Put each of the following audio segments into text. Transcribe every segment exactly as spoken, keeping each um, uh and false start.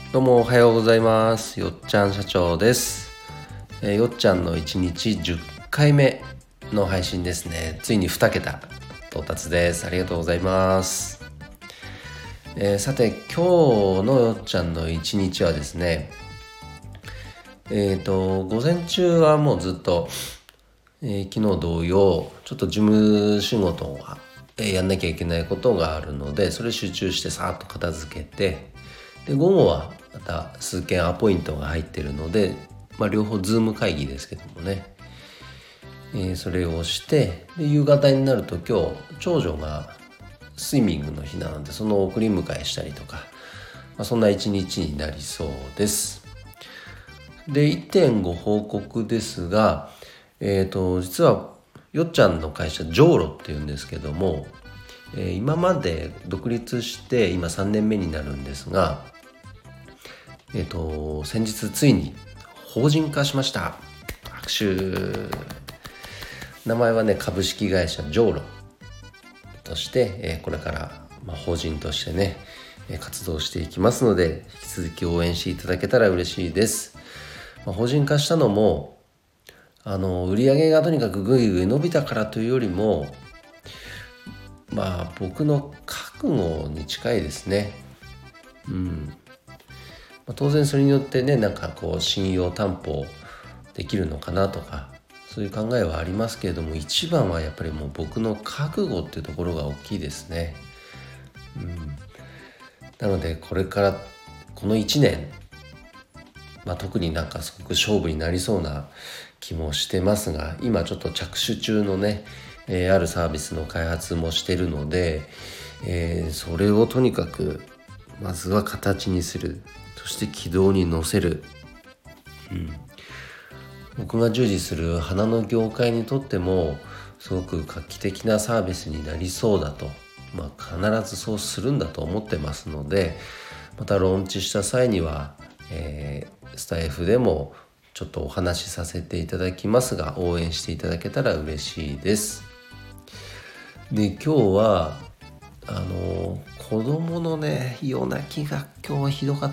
どうもおはようございます。よっちゃん社長です。えー、よっちゃんのいちにちじゅっかいめの配信ですね。ついにに桁到達です。ありがとうございます。えー、さて今日のよっちゃんのいちにちはですね、えーと午前中はもうずっと、えー、昨日同様ちょっと事務仕事が、えー、やんなきゃいけないことがあるので、それ集中してさーっと片付けて、で午後はまた数件アポイントが入ってるので、まあ、両方ズーム会議ですけどもね、えー、それをしてで夕方になると今日長女がスイミングの日なので、その送り迎えしたりとか、まあ、そんな一日になりそうです。で いってんご 報告ですが、えーと実はよっちゃんの会社ジョーロっていうんですけども、えー、今まで独立して今さんねんめになるんですが、えっと、先日ついに法人化しました。拍手。名前はね、株式会社ジョーロとして、えー、これから、まあ、法人としてね、活動していきますので、引き続き応援していただけたら嬉しいです。まあ、法人化したのも、あの、売上がとにかくぐいぐい伸びたからというよりも、まあ、僕の覚悟に近いですね。うん。当然それによってね、なんかこう信用担保できるのかなとか、そういう考えはありますけれども、一番はやっぱりもう僕の覚悟っていうところが大きいですね。うん、なのでこれからこのいちねん、まあ、特になんかすごく勝負になりそうな気もしてますが、今ちょっと着手中のね、えー、あるサービスの開発もしてるので、えー、それをとにかくまずは形にする、そして軌道に乗せる、うん、僕が従事する花の業界にとってもすごく画期的なサービスになりそうだと、まあ、必ずそうするんだと思ってますので、またローンチした際には、えー、スタイフでもちょっとお話しさせていただきますが、応援していただけたら嬉しいです。で今日はあの子供のね夜泣きが今日はひどかった。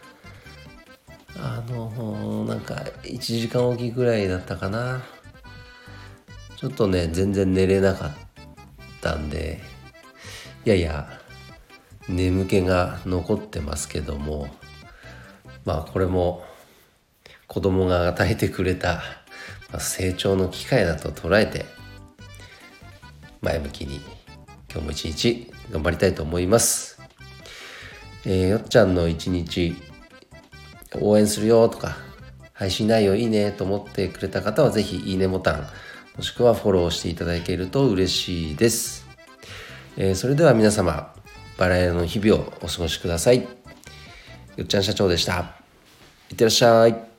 あのなんかいちじかんおきぐらいだったかな。ちょっとね全然寝れなかったんで、いやいや眠気が残ってますけども、まあこれも子供が与えてくれた、まあ、成長の機会だと捉えて、前向きに今日も一日頑張りたいと思います。えー、よっちゃんの一日応援するよとか、配信内容いいねと思ってくれた方はぜひいいねボタン、もしくはフォローしていただけると嬉しいです。えー、それでは皆様、バラ色の日々をお過ごしください。よっちゃん社長でした。いってらっしゃい。